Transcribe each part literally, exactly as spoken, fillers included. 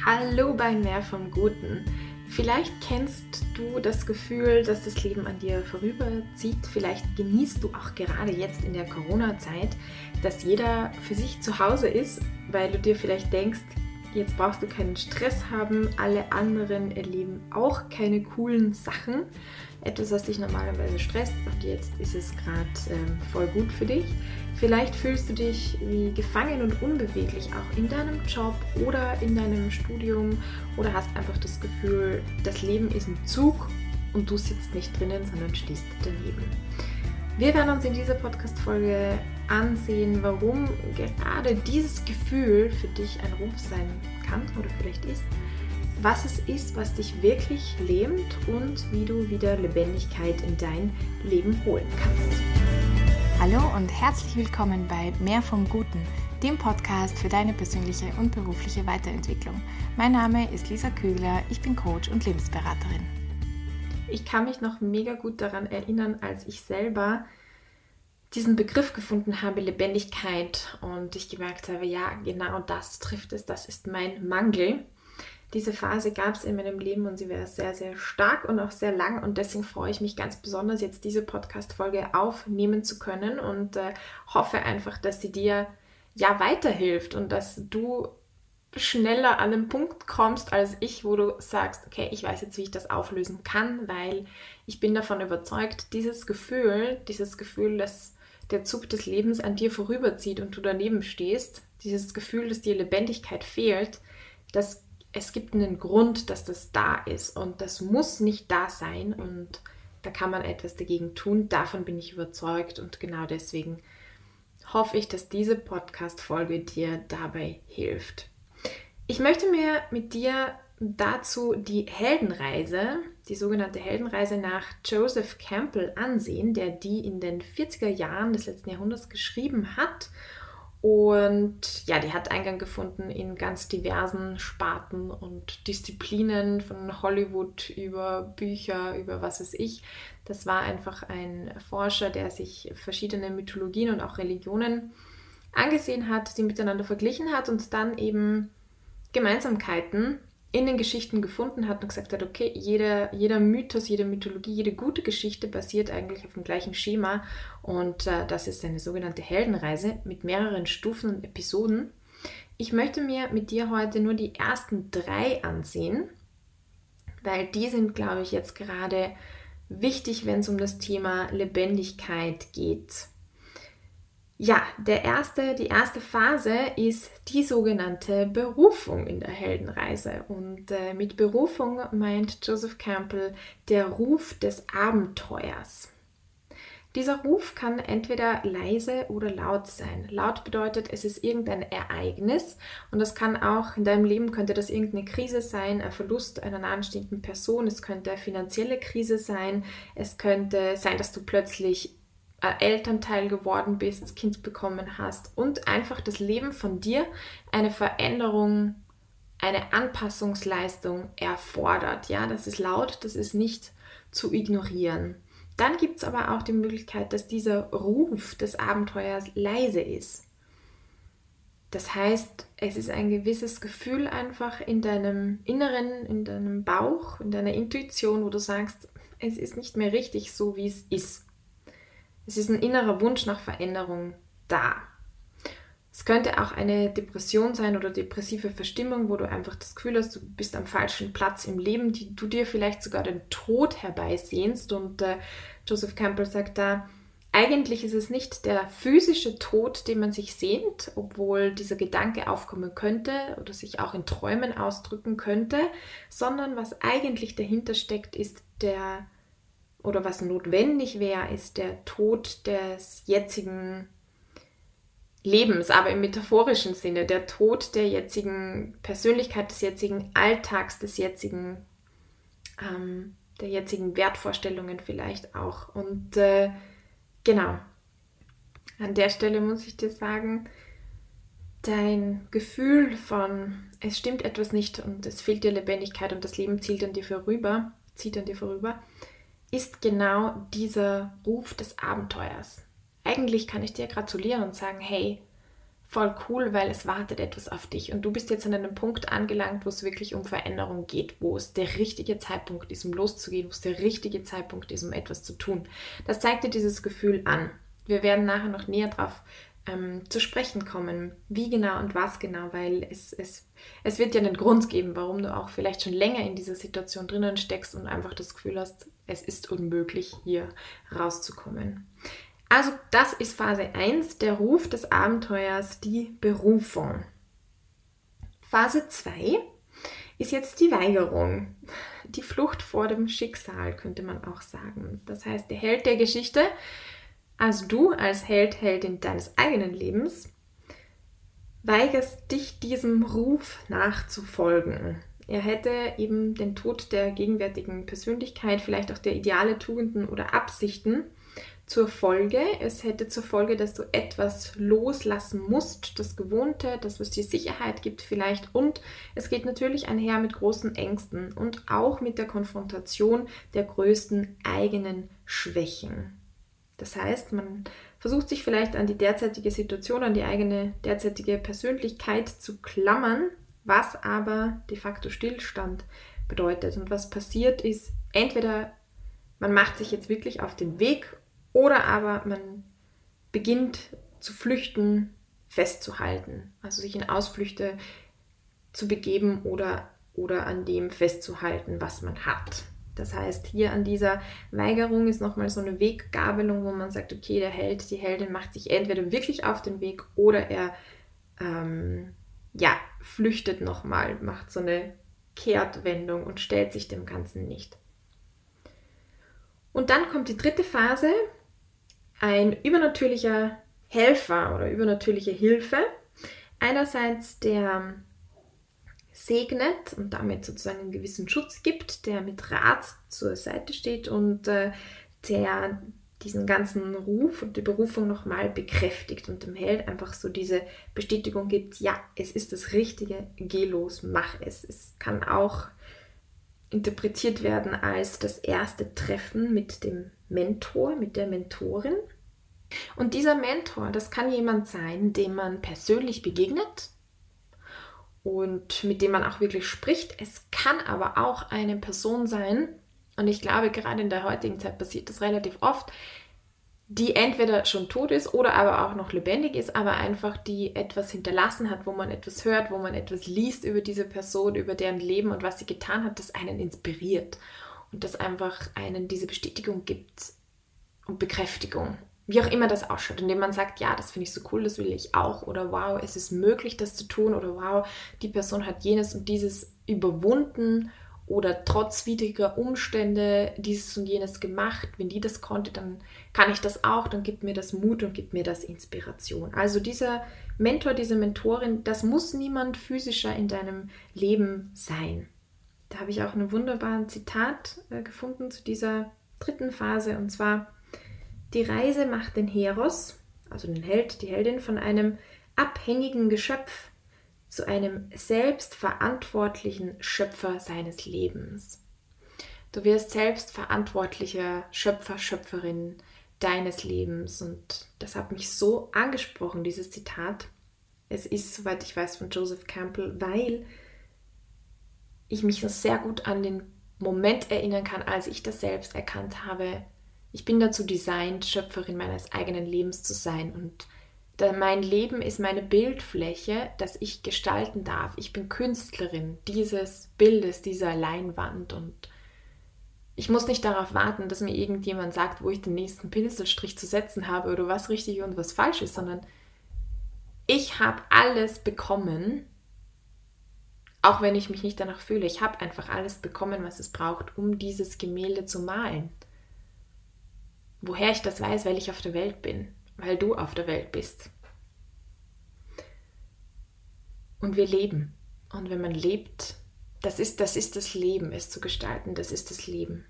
Hallo bei Mehr vom Guten. Vielleicht kennst du das Gefühl, dass das Leben an dir vorüberzieht. Vielleicht genießt du auch gerade jetzt in der Corona-Zeit, dass jeder für sich zu Hause ist, weil du dir vielleicht denkst, jetzt brauchst du keinen Stress haben, alle anderen erleben auch keine coolen Sachen. Etwas, was dich normalerweise stresst und jetzt ist es gerade ähm, voll gut für dich. Vielleicht fühlst du dich wie gefangen und unbeweglich auch in deinem Job oder in deinem Studium oder hast einfach das Gefühl, das Leben ist ein Zug und du sitzt nicht drinnen, sondern stehst daneben. Wir werden uns in dieser Podcast-Folge ansehen, warum gerade dieses Gefühl für dich ein Ruf sein kann oder vielleicht ist, was es ist, was dich wirklich lähmt und wie du wieder Lebendigkeit in dein Leben holen kannst. Hallo und herzlich willkommen bei Mehr vom Guten, dem Podcast für deine persönliche und berufliche Weiterentwicklung. Mein Name ist Lisa Kögler, ich bin Coach und Lebensberaterin. Ich kann mich noch mega gut daran erinnern, als ich selber diesen Begriff gefunden habe, Lebendigkeit, und ich gemerkt habe, ja, genau das trifft es, das ist mein Mangel. Diese Phase gab es in meinem Leben und sie war sehr, sehr stark und auch sehr lang und deswegen freue ich mich ganz besonders, jetzt diese Podcast-Folge aufnehmen zu können und äh, hoffe einfach, dass sie dir ja weiterhilft und dass du schneller an den Punkt kommst als ich, wo du sagst, okay, ich weiß jetzt, wie ich das auflösen kann, weil ich bin davon überzeugt, dieses Gefühl, dieses Gefühl, dass der Zug des Lebens an dir vorüberzieht und du daneben stehst, dieses Gefühl, dass dir Lebendigkeit fehlt, das es gibt einen Grund, dass das da ist und das muss nicht da sein und da kann man etwas dagegen tun. Davon bin ich überzeugt und genau deswegen hoffe ich, dass diese Podcast-Folge dir dabei hilft. Ich möchte mir mit dir dazu die Heldenreise, die sogenannte Heldenreise nach Joseph Campbell ansehen, der die in den vierziger Jahren des letzten Jahrhunderts geschrieben hat. Und ja, die hat Eingang gefunden in ganz diversen Sparten und Disziplinen, von Hollywood über Bücher, über was weiß ich. Das war einfach ein Forscher, der sich verschiedene Mythologien und auch Religionen angesehen hat, die miteinander verglichen hat und dann eben Gemeinsamkeiten in den Geschichten gefunden hat und gesagt hat, okay, jeder, jeder Mythos, jede Mythologie, jede gute Geschichte basiert eigentlich auf dem gleichen Schema und äh, das ist eine sogenannte Heldenreise mit mehreren Stufen und Episoden. Ich möchte mir mit dir heute nur die ersten drei ansehen, weil die sind, glaube ich, jetzt gerade wichtig, wenn es um das Thema Lebendigkeit geht. Ja, der erste, die erste Phase ist die sogenannte Berufung in der Heldenreise. Und äh, mit Berufung meint Joseph Campbell der Ruf des Abenteuers. Dieser Ruf kann entweder leise oder laut sein. Laut bedeutet, es ist irgendein Ereignis und das kann auch, in deinem Leben könnte das irgendeine Krise sein, ein Verlust einer nahestehenden Person, es könnte eine finanzielle Krise sein, es könnte sein, dass du plötzlich Elternteil geworden bist, Kind bekommen hast und einfach das Leben von dir eine Veränderung, eine Anpassungsleistung erfordert. Ja, das ist laut, das ist nicht zu ignorieren. Dann gibt es aber auch die Möglichkeit, dass dieser Ruf des Abenteuers leise ist. Das heißt, es ist ein gewisses Gefühl einfach in deinem Inneren, in deinem Bauch, in deiner Intuition, wo du sagst, es ist nicht mehr richtig so, wie es ist. Es ist ein innerer Wunsch nach Veränderung da. Es könnte auch eine Depression sein oder depressive Verstimmung, wo du einfach das Gefühl hast, du bist am falschen Platz im Leben, die du dir vielleicht sogar den Tod herbeisehnst. Und äh, Joseph Campbell sagt da, eigentlich ist es nicht der physische Tod, den man sich sehnt, obwohl dieser Gedanke aufkommen könnte oder sich auch in Träumen ausdrücken könnte, sondern was eigentlich dahinter steckt, ist der oder was notwendig wäre, ist der Tod des jetzigen Lebens, aber im metaphorischen Sinne, der Tod der jetzigen Persönlichkeit, des jetzigen Alltags, des jetzigen, ähm, der jetzigen Wertvorstellungen vielleicht auch. Und äh, genau, an der Stelle muss ich dir sagen, dein Gefühl von, es stimmt etwas nicht und es fehlt dir Lebendigkeit und das Leben zieht an dir vorüber, zieht an dir vorüber, ist genau dieser Ruf des Abenteuers. Eigentlich kann ich dir gratulieren und sagen, hey, voll cool, weil es wartet etwas auf dich und du bist jetzt an einem Punkt angelangt, wo es wirklich um Veränderung geht, wo es der richtige Zeitpunkt ist, um loszugehen, wo es der richtige Zeitpunkt ist, um etwas zu tun. Das zeigt dir dieses Gefühl an. Wir werden nachher noch näher drauf ähm, zu sprechen kommen, wie genau und was genau, weil es, es, es wird dir einen Grund geben, warum du auch vielleicht schon länger in dieser Situation drinnen steckst und einfach das Gefühl hast, es ist unmöglich, hier rauszukommen. Also das ist Phase eins, der Ruf des Abenteuers, die Berufung. Phase zwei ist jetzt die Weigerung, die Flucht vor dem Schicksal, könnte man auch sagen. Das heißt, der Held der Geschichte, also du als Held, Heldin deines eigenen Lebens, weigerst dich diesem Ruf nachzufolgen. Er hätte eben den Tod der gegenwärtigen Persönlichkeit, vielleicht auch der Ideale, Tugenden oder Absichten zur Folge. Es hätte zur Folge, dass du etwas loslassen musst, das Gewohnte, das, was dir Sicherheit gibt vielleicht. Und es geht natürlich einher mit großen Ängsten und auch mit der Konfrontation der größten eigenen Schwächen. Das heißt, man versucht sich vielleicht an die derzeitige Situation, an die eigene derzeitige Persönlichkeit zu klammern, was aber de facto Stillstand bedeutet. Und was passiert ist, entweder man macht sich jetzt wirklich auf den Weg oder aber man beginnt zu flüchten, festzuhalten, also sich in Ausflüchte zu begeben oder, oder an dem festzuhalten, was man hat. Das heißt, hier an dieser Weigerung ist nochmal so eine Weggabelung, wo man sagt, okay, der Held, die Heldin macht sich entweder wirklich auf den Weg oder er ähm, ja, flüchtet nochmal, macht so eine Kehrtwendung und stellt sich dem Ganzen nicht. Und dann kommt die dritte Phase, ein übernatürlicher Helfer oder übernatürliche Hilfe. Einerseits der segnet und damit sozusagen einen gewissen Schutz gibt, der mit Rat zur Seite steht und äh, der diesen ganzen Ruf und die Berufung nochmal bekräftigt und dem Held einfach so diese Bestätigung gibt, ja, es ist das Richtige, geh los, mach es. Es kann auch interpretiert werden als das erste Treffen mit dem Mentor, mit der Mentorin. Und dieser Mentor, das kann jemand sein, dem man persönlich begegnet und mit dem man auch wirklich spricht. Es kann aber auch eine Person sein, und ich glaube, gerade in der heutigen Zeit passiert das relativ oft, die entweder schon tot ist oder aber auch noch lebendig ist, aber einfach die etwas hinterlassen hat, wo man etwas hört, wo man etwas liest über diese Person, über deren Leben und was sie getan hat, das einen inspiriert und das einfach einen diese Bestätigung gibt und Bekräftigung. Wie auch immer das ausschaut, indem man sagt, ja, das finde ich so cool, das will ich auch, oder wow, es ist möglich, das zu tun, oder wow, die Person hat jenes und dieses überwunden oder trotz widriger Umstände dieses und jenes gemacht. Wenn die das konnte, dann kann ich das auch, dann gibt mir das Mut und gibt mir das Inspiration. Also dieser Mentor, diese Mentorin, das muss niemand physischer in deinem Leben sein. Da habe ich auch ein wunderbares Zitat äh, gefunden zu dieser dritten Phase, und zwar: Die Reise macht den Heros, also den Held, die Heldin, von einem abhängigen Geschöpf zu einem selbstverantwortlichen Schöpfer seines Lebens. Du wirst selbstverantwortlicher Schöpfer, Schöpferin deines Lebens, und das hat mich so angesprochen, dieses Zitat. Es ist, soweit ich weiß, von Joseph Campbell, weil ich mich noch sehr gut an den Moment erinnern kann, als ich das selbst erkannt habe. Ich bin dazu designt, Schöpferin meines eigenen Lebens zu sein, und mein Leben ist meine Bildfläche, das ich gestalten darf. Ich bin Künstlerin dieses Bildes, dieser Leinwand, und ich muss nicht darauf warten, dass mir irgendjemand sagt, wo ich den nächsten Pinselstrich zu setzen habe oder was richtig und was falsch ist, sondern ich habe alles bekommen, auch wenn ich mich nicht danach fühle. Ich habe einfach alles bekommen, was es braucht, um dieses Gemälde zu malen. Woher ich das weiß, weil ich auf der Welt bin. Weil du auf der Welt bist. Und wir leben. Und wenn man lebt, das ist, das ist das Leben, es zu gestalten, das ist das Leben.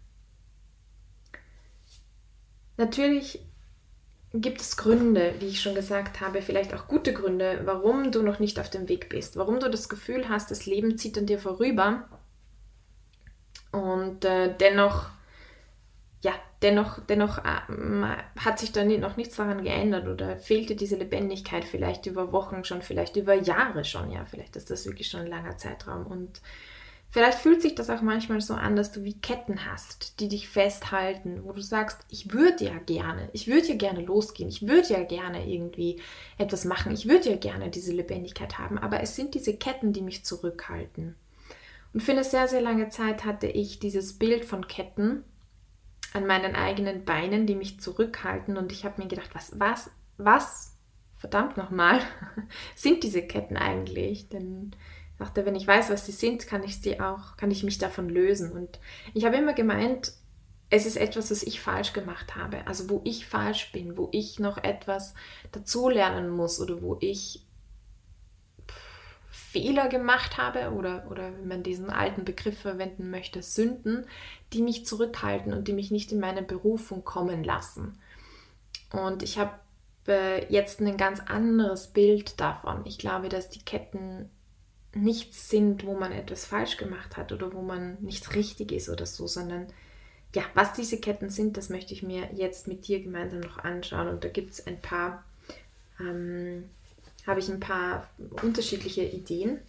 Natürlich gibt es Gründe, wie ich schon gesagt habe, vielleicht auch gute Gründe, warum du noch nicht auf dem Weg bist, warum du das Gefühl hast, das Leben zieht an dir vorüber und äh, dennoch ja, dennoch, dennoch ähm, hat sich da nie, noch nichts daran geändert oder fehlte diese Lebendigkeit vielleicht über Wochen schon, vielleicht über Jahre schon, ja, vielleicht ist das wirklich schon ein langer Zeitraum und vielleicht fühlt sich das auch manchmal so an, dass du wie Ketten hast, die dich festhalten, wo du sagst, ich würde ja gerne, ich würde ja gerne losgehen, ich würde ja gerne irgendwie etwas machen, ich würde ja gerne diese Lebendigkeit haben, aber es sind diese Ketten, die mich zurückhalten. Und für eine sehr, sehr lange Zeit hatte ich dieses Bild von Ketten an meinen eigenen Beinen, die mich zurückhalten und ich habe mir gedacht, was, was, was, verdammt nochmal, sind diese Ketten eigentlich? Denn ich dachte, wenn ich weiß, was sie sind, kann ich sie auch, kann ich mich davon lösen. Und ich habe immer gemeint, es ist etwas, was ich falsch gemacht habe, also wo ich falsch bin, wo ich noch etwas dazulernen muss oder wo ich Fehler gemacht habe oder, oder wenn man diesen alten Begriff verwenden möchte, Sünden, die mich zurückhalten und die mich nicht in meine Berufung kommen lassen. Und ich habe äh, jetzt ein ganz anderes Bild davon. Ich glaube, dass die Ketten nichts sind, wo man etwas falsch gemacht hat oder wo man nicht richtig ist oder so, sondern ja, was diese Ketten sind, das möchte ich mir jetzt mit dir gemeinsam noch anschauen. Und da gibt es ein paar ähm, habe ich ein paar unterschiedliche Ideen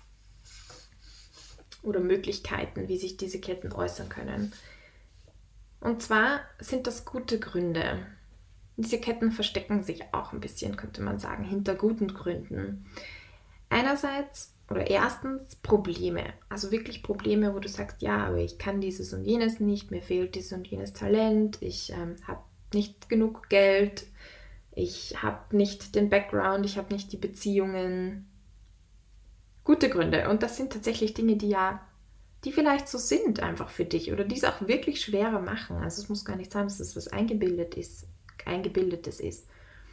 oder Möglichkeiten, wie sich diese Ketten äußern können. Und zwar sind das gute Gründe. Diese Ketten verstecken sich auch ein bisschen, könnte man sagen, hinter guten Gründen. Einerseits oder erstens Probleme, also wirklich Probleme, wo du sagst, ja, aber ich kann dieses und jenes nicht, mir fehlt dieses und jenes Talent, ich ähm, habe nicht genug Geld, ich habe nicht den Background, ich habe nicht die Beziehungen. Gute Gründe. Und das sind tatsächlich Dinge, die ja, die vielleicht so sind einfach für dich oder die es auch wirklich schwerer machen. Also es muss gar nicht sein, dass das was eingebildet ist, Eingebildetes ist.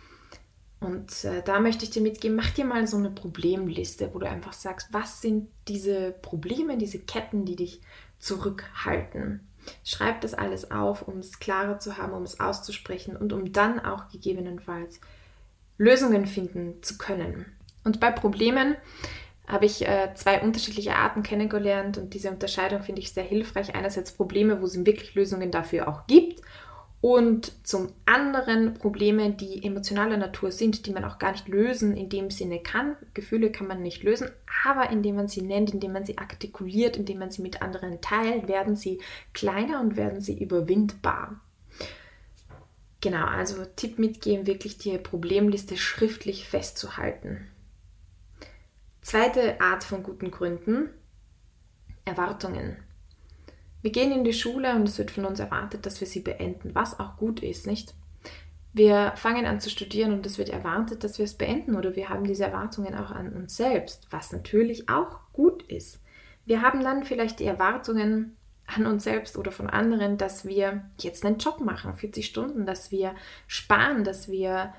Und äh, da möchte ich dir mitgeben, mach dir mal so eine Problemliste, wo du einfach sagst, was sind diese Probleme, diese Ketten, die dich zurückhalten. Schreib das alles auf, um es klarer zu haben, um es auszusprechen und um dann auch gegebenenfalls Lösungen finden zu können. Und bei Problemen habe ich äh, zwei unterschiedliche Arten kennengelernt und diese Unterscheidung finde ich sehr hilfreich. Einerseits Probleme, wo es wirklich Lösungen dafür auch gibt und zum anderen Probleme, die emotionaler Natur sind, die man auch gar nicht lösen in dem Sinne kann. Gefühle kann man nicht lösen, aber indem man sie nennt, indem man sie artikuliert, indem man sie mit anderen teilt, werden sie kleiner und werden sie überwindbar. Genau, also Tipp mitgeben, wirklich die Problemliste schriftlich festzuhalten. Zweite Art von guten Gründen, Erwartungen. Wir gehen in die Schule und es wird von uns erwartet, dass wir sie beenden, was auch gut ist, nicht? Wir fangen an zu studieren und es wird erwartet, dass wir es beenden oder wir haben diese Erwartungen auch an uns selbst, was natürlich auch gut ist. Wir haben dann vielleicht die Erwartungen an uns selbst oder von anderen, dass wir jetzt einen Job machen, vierzig Stunden, dass wir sparen, dass wir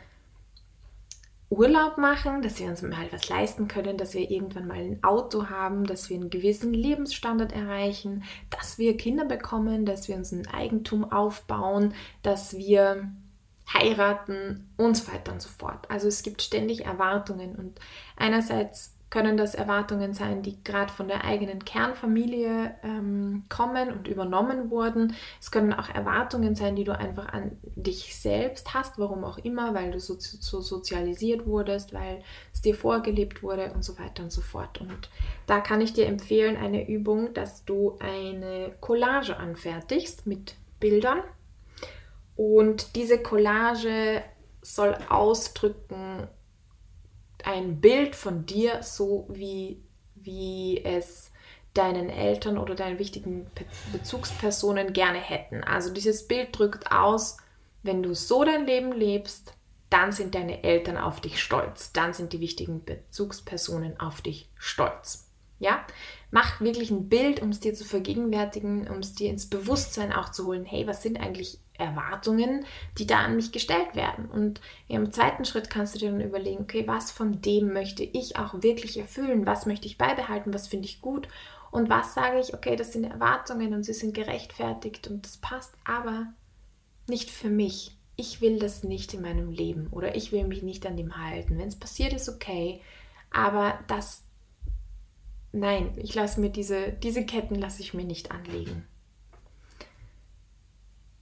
Urlaub machen, dass wir uns mal was leisten können, dass wir irgendwann mal ein Auto haben, dass wir einen gewissen Lebensstandard erreichen, dass wir Kinder bekommen, dass wir uns ein Eigentum aufbauen, dass wir heiraten und so weiter und so fort. Also es gibt ständig Erwartungen und einerseits können das Erwartungen sein, die gerade von der eigenen Kernfamilie ähm, kommen und übernommen wurden. Es können auch Erwartungen sein, die du einfach an dich selbst hast, warum auch immer, weil du so, so sozialisiert wurdest, weil es dir vorgelebt wurde und so weiter und so fort. Und da kann ich dir empfehlen, eine Übung, dass du eine Collage anfertigst mit Bildern. Und diese Collage soll ausdrücken, ein Bild von dir, so wie, wie es deinen Eltern oder deinen wichtigen Bezugspersonen gerne hätten. Also dieses Bild drückt aus, wenn du so dein Leben lebst, dann sind deine Eltern auf dich stolz. Dann sind die wichtigen Bezugspersonen auf dich stolz. Ja? Mach wirklich ein Bild, um es dir zu vergegenwärtigen, um es dir ins Bewusstsein auch zu holen. Hey, was sind eigentlich Erwartungen, die da an mich gestellt werden? Und im zweiten Schritt kannst du dir dann überlegen, okay, was von dem möchte ich auch wirklich erfüllen? Was möchte ich beibehalten? Was finde ich gut? Und was sage ich, okay, das sind Erwartungen und sie sind gerechtfertigt und das passt, aber nicht für mich. Ich will das nicht in meinem Leben oder ich will mich nicht an dem halten. Wenn es passiert, ist okay, aber das, nein, ich lasse mir diese, diese Ketten lasse ich mir nicht anlegen.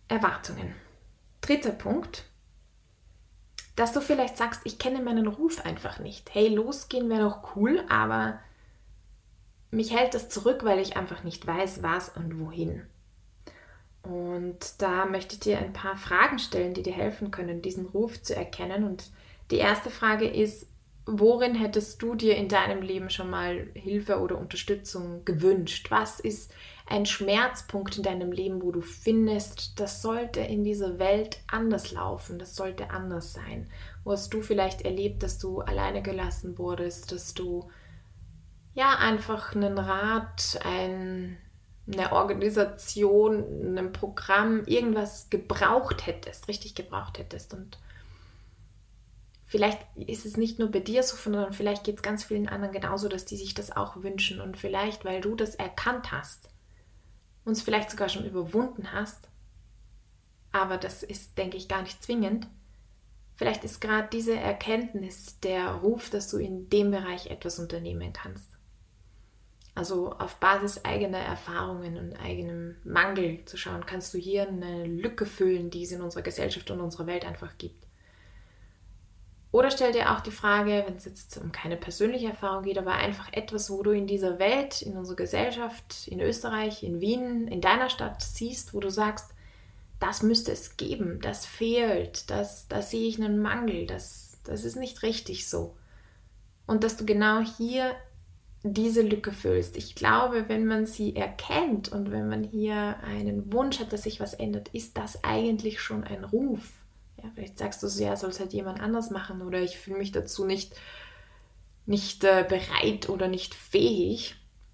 Erwartungen. Dritter Punkt, dass du vielleicht sagst, ich kenne meinen Ruf einfach nicht. Hey, losgehen wäre doch cool, aber mich hält das zurück, weil ich einfach nicht weiß, was und wohin. Und da möchte ich dir ein paar Fragen stellen, die dir helfen können, diesen Ruf zu erkennen. Und die erste Frage ist, worin hättest du dir in deinem Leben schon mal Hilfe oder Unterstützung gewünscht? Was ist ein Schmerzpunkt in deinem Leben, wo du findest, das sollte in dieser Welt anders laufen, das sollte anders sein? Wo hast du vielleicht erlebt, dass du alleine gelassen wurdest, dass du ja einfach einen Rat, ein eine Organisation, ein Programm, irgendwas gebraucht hättest, richtig gebraucht hättest. Und vielleicht ist es nicht nur bei dir so, sondern vielleicht geht es ganz vielen anderen genauso, dass die sich das auch wünschen. Und vielleicht, weil du das erkannt hast, uns vielleicht sogar schon überwunden hast, aber das ist, denke ich, gar nicht zwingend. Vielleicht ist gerade diese Erkenntnis der Ruf, dass du in dem Bereich etwas unternehmen kannst. Also auf Basis eigener Erfahrungen und eigenem Mangel zu schauen, kannst du hier eine Lücke füllen, die es in unserer Gesellschaft und unserer Welt einfach gibt. Oder stell dir auch die Frage, wenn es jetzt um keine persönliche Erfahrung geht, aber einfach etwas, wo du in dieser Welt, in unserer Gesellschaft, in Österreich, in Wien, in deiner Stadt siehst, wo du sagst, das müsste es geben, das fehlt, das, da sehe ich einen Mangel, das, das ist nicht richtig so. Und dass du genau hier diese Lücke füllst. Ich glaube, wenn man sie erkennt und wenn man hier einen Wunsch hat, dass sich was ändert, ist das eigentlich schon ein Ruf. Ja, vielleicht sagst du so, ja, soll es halt jemand anders machen oder ich fühle mich dazu nicht, nicht äh, bereit oder nicht fähig.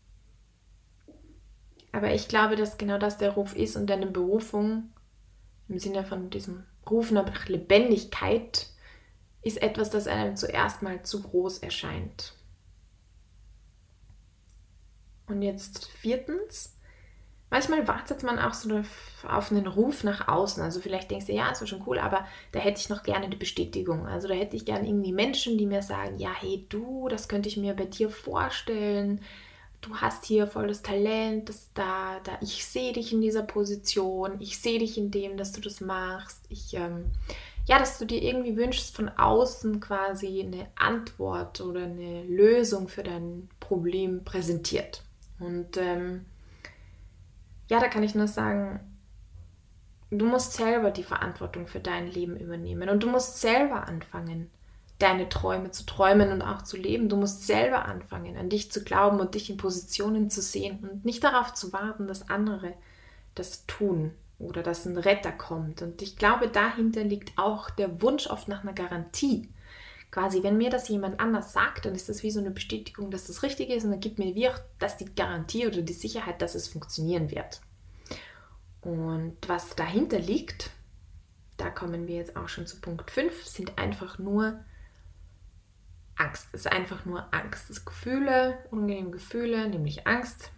Aber ich glaube, dass genau das der Ruf ist und deine Berufung im Sinne von diesem Ruf nach Lebendigkeit ist etwas, das einem zuerst mal zu groß erscheint. Und jetzt viertens, manchmal wartet man auch so auf einen Ruf nach außen. Also vielleicht denkst du, ja, ist schon cool, aber da hätte ich noch gerne die Bestätigung. Also da hätte ich gerne irgendwie Menschen, die mir sagen, ja, hey du, das könnte ich mir bei dir vorstellen. Du hast hier voll das Talent, das da, da, ich sehe dich in dieser Position, ich sehe dich in dem, dass du das machst. Ich, ähm, ja, dass du dir irgendwie wünschst von außen quasi eine Antwort oder eine Lösung für dein Problem präsentiert. Und ähm, ja, da kann ich nur sagen, du musst selber die Verantwortung für dein Leben übernehmen und du musst selber anfangen, deine Träume zu träumen und auch zu leben. Du musst selber anfangen, an dich zu glauben und dich in Positionen zu sehen und nicht darauf zu warten, dass andere das tun oder dass ein Retter kommt. Und ich glaube, dahinter liegt auch der Wunsch oft nach einer Garantie. Quasi, wenn mir das jemand anders sagt, dann ist das wie so eine Bestätigung, dass das richtig ist und dann gibt mir wie auch das die Garantie oder die Sicherheit, dass es funktionieren wird. Und was dahinter liegt, da kommen wir jetzt auch schon zu Punkt fünf, sind einfach nur Angst. Es ist einfach nur Angst. Das Gefühle, unangenehme Gefühle, nämlich Angst.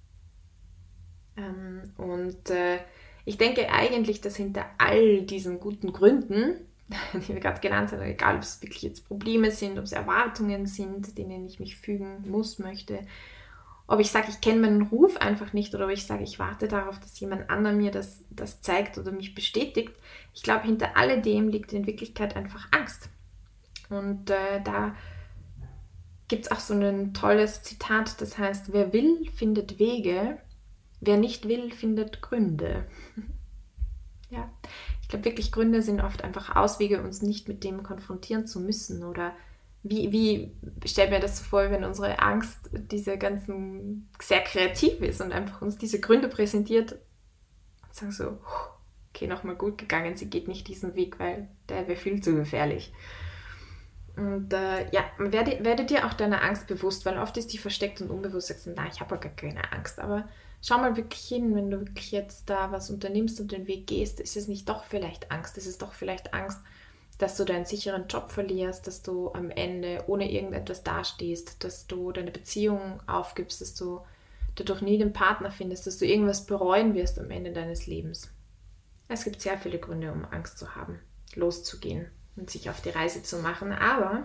Und ich denke eigentlich, dass hinter all diesen guten Gründen, die wir gerade genannt haben, egal ob es wirklich jetzt Probleme sind, ob es Erwartungen sind, denen ich mich fügen muss, möchte, ob ich sage, ich kenne meinen Ruf einfach nicht oder ob ich sage, ich warte darauf, dass jemand anderer mir das, das zeigt oder mich bestätigt. Ich glaube, hinter alledem liegt in Wirklichkeit einfach Angst. Und äh, da gibt es auch so ein tolles Zitat, das heißt, wer will, findet Wege, wer nicht will, findet Gründe. Ja, ich glaube wirklich, Gründe sind oft einfach Auswege, uns nicht mit dem konfrontieren zu müssen. Oder wie, wie stell mir das so vor, wenn unsere Angst diese ganzen sehr kreativ ist und einfach uns diese Gründe präsentiert und sagen so, okay, nochmal gut gegangen, sie geht nicht diesen Weg, weil der wäre viel zu gefährlich. Und äh, ja, werde, werde dir auch deiner Angst bewusst, weil oft ist die versteckt und unbewusst, sagst du, na, ich habe ja gar keine Angst, aber schau mal wirklich hin, wenn du wirklich jetzt da was unternimmst und den Weg gehst, ist es nicht doch vielleicht Angst, ist es doch vielleicht Angst, dass du deinen sicheren Job verlierst, dass du am Ende ohne irgendetwas dastehst, dass du deine Beziehung aufgibst, dass du dadurch nie den Partner findest, dass du irgendwas bereuen wirst am Ende deines Lebens. Es gibt sehr viele Gründe, um Angst zu haben, loszugehen und sich auf die Reise zu machen, aber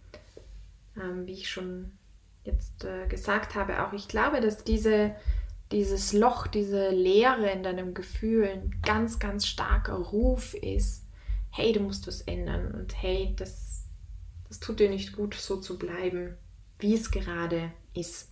ähm, wie ich schon jetzt äh, gesagt habe, auch ich glaube, dass diese dieses Loch, diese Leere in deinem Gefühl ein ganz, ganz starker Ruf ist, hey, du musst was ändern und hey, das, das tut dir nicht gut, so zu bleiben, wie es gerade ist.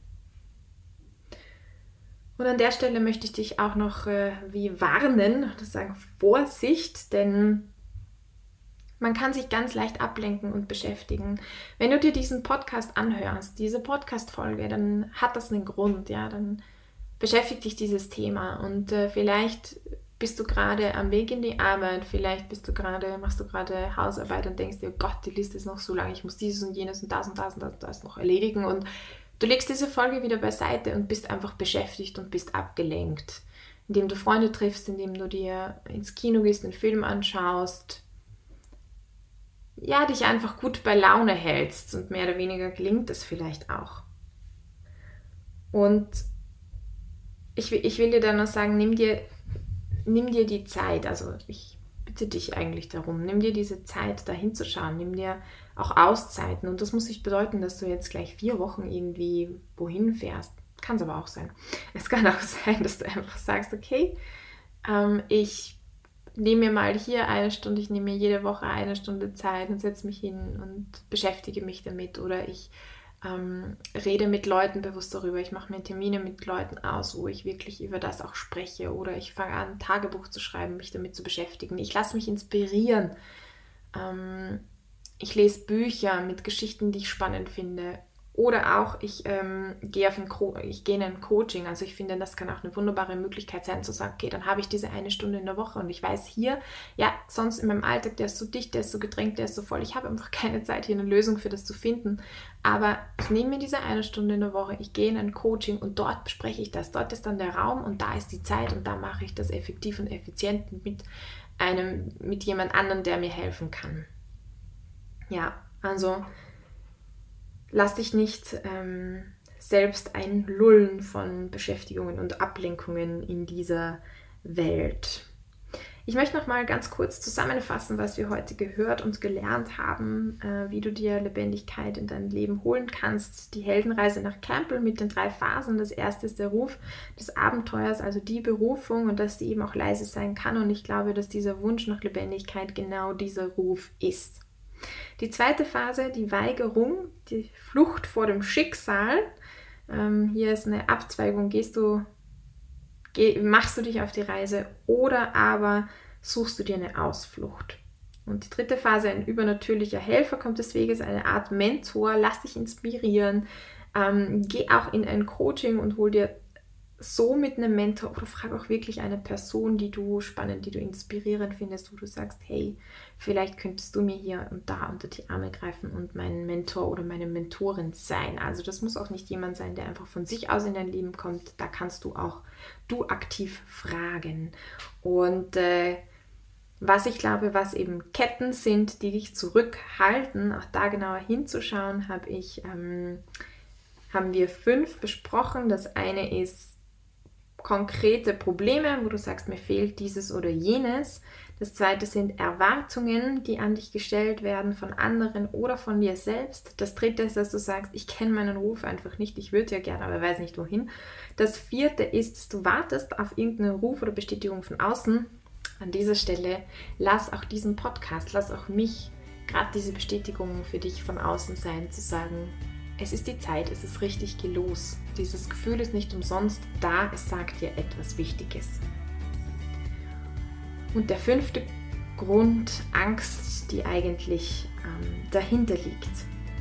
Und an der Stelle möchte ich dich auch noch äh, wie warnen, das sagen, Vorsicht, denn man kann sich ganz leicht ablenken und beschäftigen. Wenn du dir diesen Podcast anhörst, diese Podcast-Folge, dann hat das einen Grund, ja, dann beschäftigt dich dieses Thema und äh, vielleicht bist du gerade am Weg in die Arbeit, vielleicht bist du gerade, machst du gerade Hausarbeit und denkst dir, oh Gott, die Liste ist noch so lang, ich muss dieses und jenes und das und das und das, das noch erledigen und du legst diese Folge wieder beiseite und bist einfach beschäftigt und bist abgelenkt, indem du Freunde triffst, indem du dir ins Kino gehst, einen Film anschaust, ja, dich einfach gut bei Laune hältst und mehr oder weniger gelingt das vielleicht auch. Und ich, ich will dir dann noch sagen, nimm dir, nimm dir die Zeit, also ich bitte dich eigentlich darum, nimm dir diese Zeit, da hinzuschauen, nimm dir auch Auszeiten und das muss nicht bedeuten, dass du jetzt gleich vier Wochen irgendwie wohin fährst. Kann es aber auch sein. Es kann auch sein, dass du einfach sagst, okay, ähm, ich nehme mir mal hier eine Stunde, ich nehme mir jede Woche eine Stunde Zeit und setze mich hin und beschäftige mich damit oder ich ähm, rede mit Leuten bewusst darüber, ich mache mir Termine mit Leuten aus, wo ich wirklich über das auch spreche oder ich fange an, ein Tagebuch zu schreiben, mich damit zu beschäftigen. Ich lasse mich inspirieren. Ähm, ich lese Bücher mit Geschichten, die ich spannend finde. Oder auch, ich, ähm, gehe auf ein Co- ich gehe in ein Coaching. Also ich finde, das kann auch eine wunderbare Möglichkeit sein, zu sagen, okay, dann habe ich diese eine Stunde in der Woche und ich weiß hier, ja, sonst in meinem Alltag, der ist so dicht, der ist so gedrängt, der ist so voll. Ich habe einfach keine Zeit, hier eine Lösung für das zu finden. Aber ich nehme mir diese eine Stunde in der Woche, ich gehe in ein Coaching und dort bespreche ich das. Dort ist dann der Raum und da ist die Zeit und da mache ich das effektiv und effizient mit einem, mit jemand anderem, der mir helfen kann. Ja, also lass dich nicht ähm, selbst einlullen von Beschäftigungen und Ablenkungen in dieser Welt. Ich möchte noch mal ganz kurz zusammenfassen, was wir heute gehört und gelernt haben, äh, wie du dir Lebendigkeit in dein Leben holen kannst. Die Heldenreise nach Campbell mit den drei Phasen. Das erste ist der Ruf des Abenteuers, also die Berufung und dass die eben auch leise sein kann. Und ich glaube, dass dieser Wunsch nach Lebendigkeit genau dieser Ruf ist. Die zweite Phase, die Weigerung, die Flucht vor dem Schicksal. Ähm, hier ist eine Abzweigung. Gehst du, geh, machst du dich auf die Reise oder aber suchst du dir eine Ausflucht? Und die dritte Phase, ein übernatürlicher Helfer kommt des Weges, eine Art Mentor. Lass dich inspirieren. Ähm, geh auch in ein Coaching und hol dir so mit einem Mentor oder frag auch wirklich eine Person, die du spannend, die du inspirierend findest, wo du sagst, hey, vielleicht könntest du mir hier und da unter die Arme greifen und mein Mentor oder meine Mentorin sein. Also das muss auch nicht jemand sein, der einfach von sich aus in dein Leben kommt. Da kannst du auch du aktiv fragen. Und äh, was ich glaube, was eben Ketten sind, die dich zurückhalten, auch da genauer hinzuschauen, habe ich, ähm, haben wir fünf besprochen. Das eine ist konkrete Probleme, wo du sagst, mir fehlt dieses oder jenes. Das zweite sind Erwartungen, die an dich gestellt werden von anderen oder von dir selbst. Das dritte ist, dass du sagst, ich kenne meinen Ruf einfach nicht, ich würde ja gerne, aber weiß nicht wohin. Das vierte ist, dass du wartest auf irgendeinen Ruf oder Bestätigung von außen. An dieser Stelle lass auch diesen Podcast, lass auch mich gerade diese Bestätigung für dich von außen sein, zu sagen, es ist die Zeit, es ist richtig, geh los. Dieses Gefühl ist nicht umsonst da, es sagt dir etwas Wichtiges. Und der fünfte Grund, Angst, die eigentlich ähm, dahinter liegt.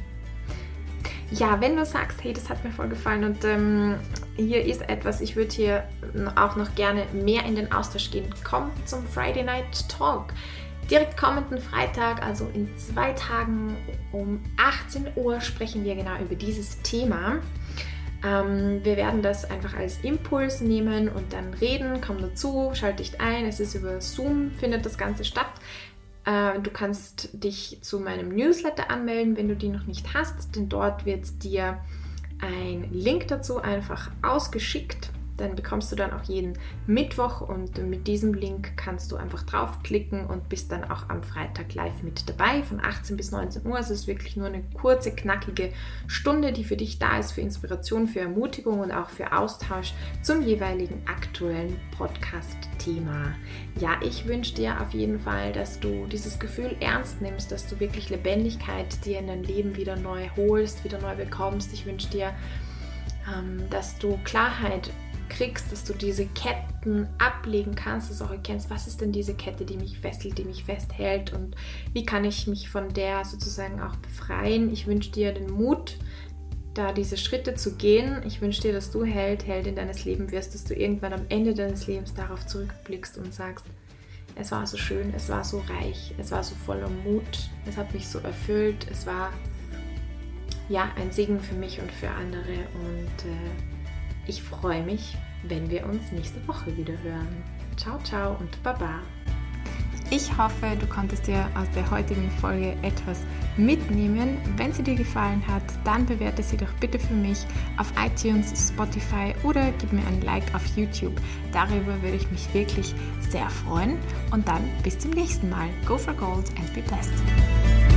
Ja, wenn du sagst, hey, das hat mir voll gefallen und ähm, hier ist etwas, ich würde hier auch noch gerne mehr in den Austausch gehen, komm zum Friday Night Talk. Direkt kommenden Freitag, also in zwei Tagen um achtzehn Uhr, sprechen wir genau über dieses Thema. Ähm, wir werden das einfach als Impuls nehmen und dann reden. Komm dazu, schalt dich ein. Es ist über Zoom, findet das Ganze statt. Äh, du kannst dich zu meinem Newsletter anmelden, wenn du die noch nicht hast, denn dort wird dir ein Link dazu einfach ausgeschickt. Den bekommst du dann auch jeden Mittwoch und mit diesem Link kannst du einfach draufklicken und bist dann auch am Freitag live mit dabei von achtzehn bis neunzehn Uhr. Also es ist wirklich nur eine kurze, knackige Stunde, die für dich da ist, für Inspiration, für Ermutigung und auch für Austausch zum jeweiligen aktuellen Podcast-Thema. Ja, ich wünsche dir auf jeden Fall, dass du dieses Gefühl ernst nimmst, dass du wirklich Lebendigkeit dir in dein Leben wieder neu holst, wieder neu bekommst. Ich wünsche dir, ähm, dass du Klarheit kriegst, dass du diese Ketten ablegen kannst, dass du auch erkennst, was ist denn diese Kette, die mich fesselt, die mich festhält und wie kann ich mich von der sozusagen auch befreien. Ich wünsche dir den Mut, da diese Schritte zu gehen. Ich wünsche dir, dass du Held, Heldin deines Lebens wirst, dass du irgendwann am Ende deines Lebens darauf zurückblickst und sagst, es war so schön, es war so reich, es war so voller Mut, es hat mich so erfüllt, es war ja ein Segen für mich und für andere und äh, ich freue mich, wenn wir uns nächste Woche wieder hören. Ciao, ciao und Baba. Ich hoffe, du konntest dir aus der heutigen Folge etwas mitnehmen. Wenn sie dir gefallen hat, dann bewerte sie doch bitte für mich auf iTunes, Spotify oder gib mir ein Like auf YouTube. Darüber würde ich mich wirklich sehr freuen. Und dann bis zum nächsten Mal. Go for gold and be blessed.